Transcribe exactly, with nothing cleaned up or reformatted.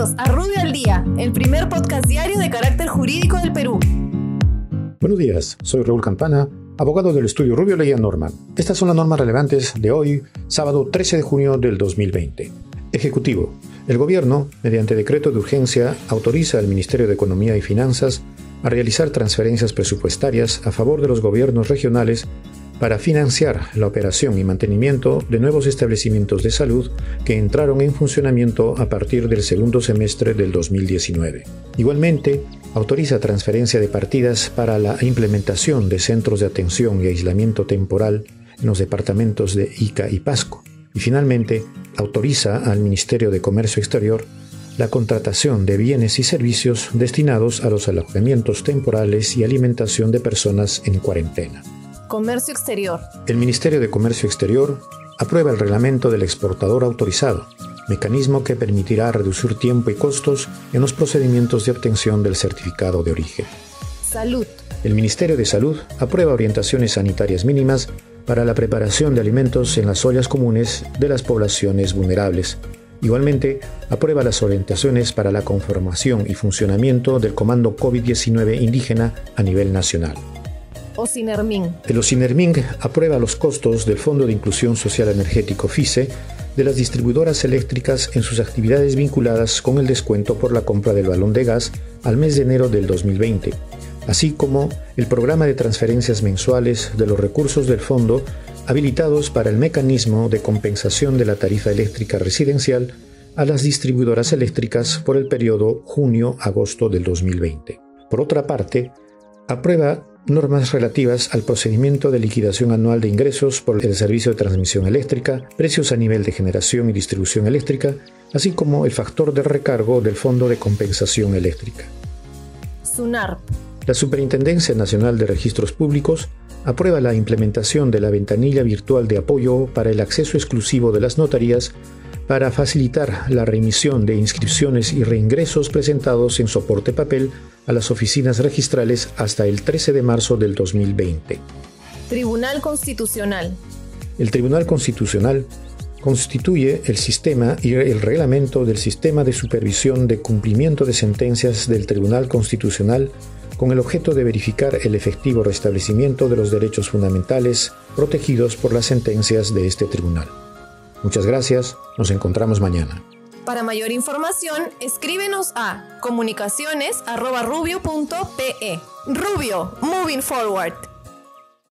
Bienvenidos a Rubio al Día, el primer podcast diario de carácter jurídico del Perú. Buenos días, soy Raúl Campana, abogado del estudio Rubio Leguía Norman. Estas son las normas relevantes de hoy, sábado trece de junio del dos mil veinte. Ejecutivo. El Gobierno, mediante decreto de urgencia, autoriza al Ministerio de Economía y Finanzas a realizar transferencias presupuestarias a favor de los gobiernos regionales para financiar la operación y mantenimiento de nuevos establecimientos de salud que entraron en funcionamiento a partir del segundo semestre del dos mil diecinueve. Igualmente, autoriza transferencia de partidas para la implementación de centros de atención y aislamiento temporal en los departamentos de Ica y Pasco. Y finalmente, autoriza al Ministerio de Comercio Exterior la contratación de bienes y servicios destinados a los alojamientos temporales y alimentación de personas en cuarentena. Comercio Exterior. El Ministerio de Comercio Exterior aprueba el reglamento del exportador autorizado, mecanismo que permitirá reducir tiempo y costos en los procedimientos de obtención del certificado de origen. Salud. El Ministerio de Salud aprueba orientaciones sanitarias mínimas para la preparación de alimentos en las ollas comunes de las poblaciones vulnerables. Igualmente, aprueba las orientaciones para la conformación y funcionamiento del Comando COVID diecinueve indígena a nivel nacional. OSINERMIN. El OSINERMIN aprueba los costos del Fondo de Inclusión Social Energético FISE de las distribuidoras eléctricas en sus actividades vinculadas con el descuento por la compra del balón de gas al mes de enero del dos mil veinte, así como el programa de transferencias mensuales de los recursos del fondo habilitados para el mecanismo de compensación de la tarifa eléctrica residencial a las distribuidoras eléctricas por el periodo junio-agosto del dos mil veinte. Por otra parte, aprueba normas relativas al procedimiento de liquidación anual de ingresos por el servicio de transmisión eléctrica, precios a nivel de generación y distribución eléctrica, así como el factor de recargo del Fondo de Compensación Eléctrica. SUNARP. La Superintendencia Nacional de Registros Públicos aprueba la implementación de la ventanilla virtual de apoyo para el acceso exclusivo de las notarías para facilitar la remisión de inscripciones y reingresos presentados en soporte papel a las oficinas registrales hasta el trece de marzo del dos mil veinte. Tribunal Constitucional. El Tribunal Constitucional constituye el sistema y el reglamento del sistema de supervisión de cumplimiento de sentencias del Tribunal Constitucional con el objeto de verificar el efectivo restablecimiento de los derechos fundamentales protegidos por las sentencias de este tribunal. Muchas gracias, nos encontramos mañana. Para mayor información, escríbenos a comunicaciones arroba rubio punto pe. Rubio, moving forward.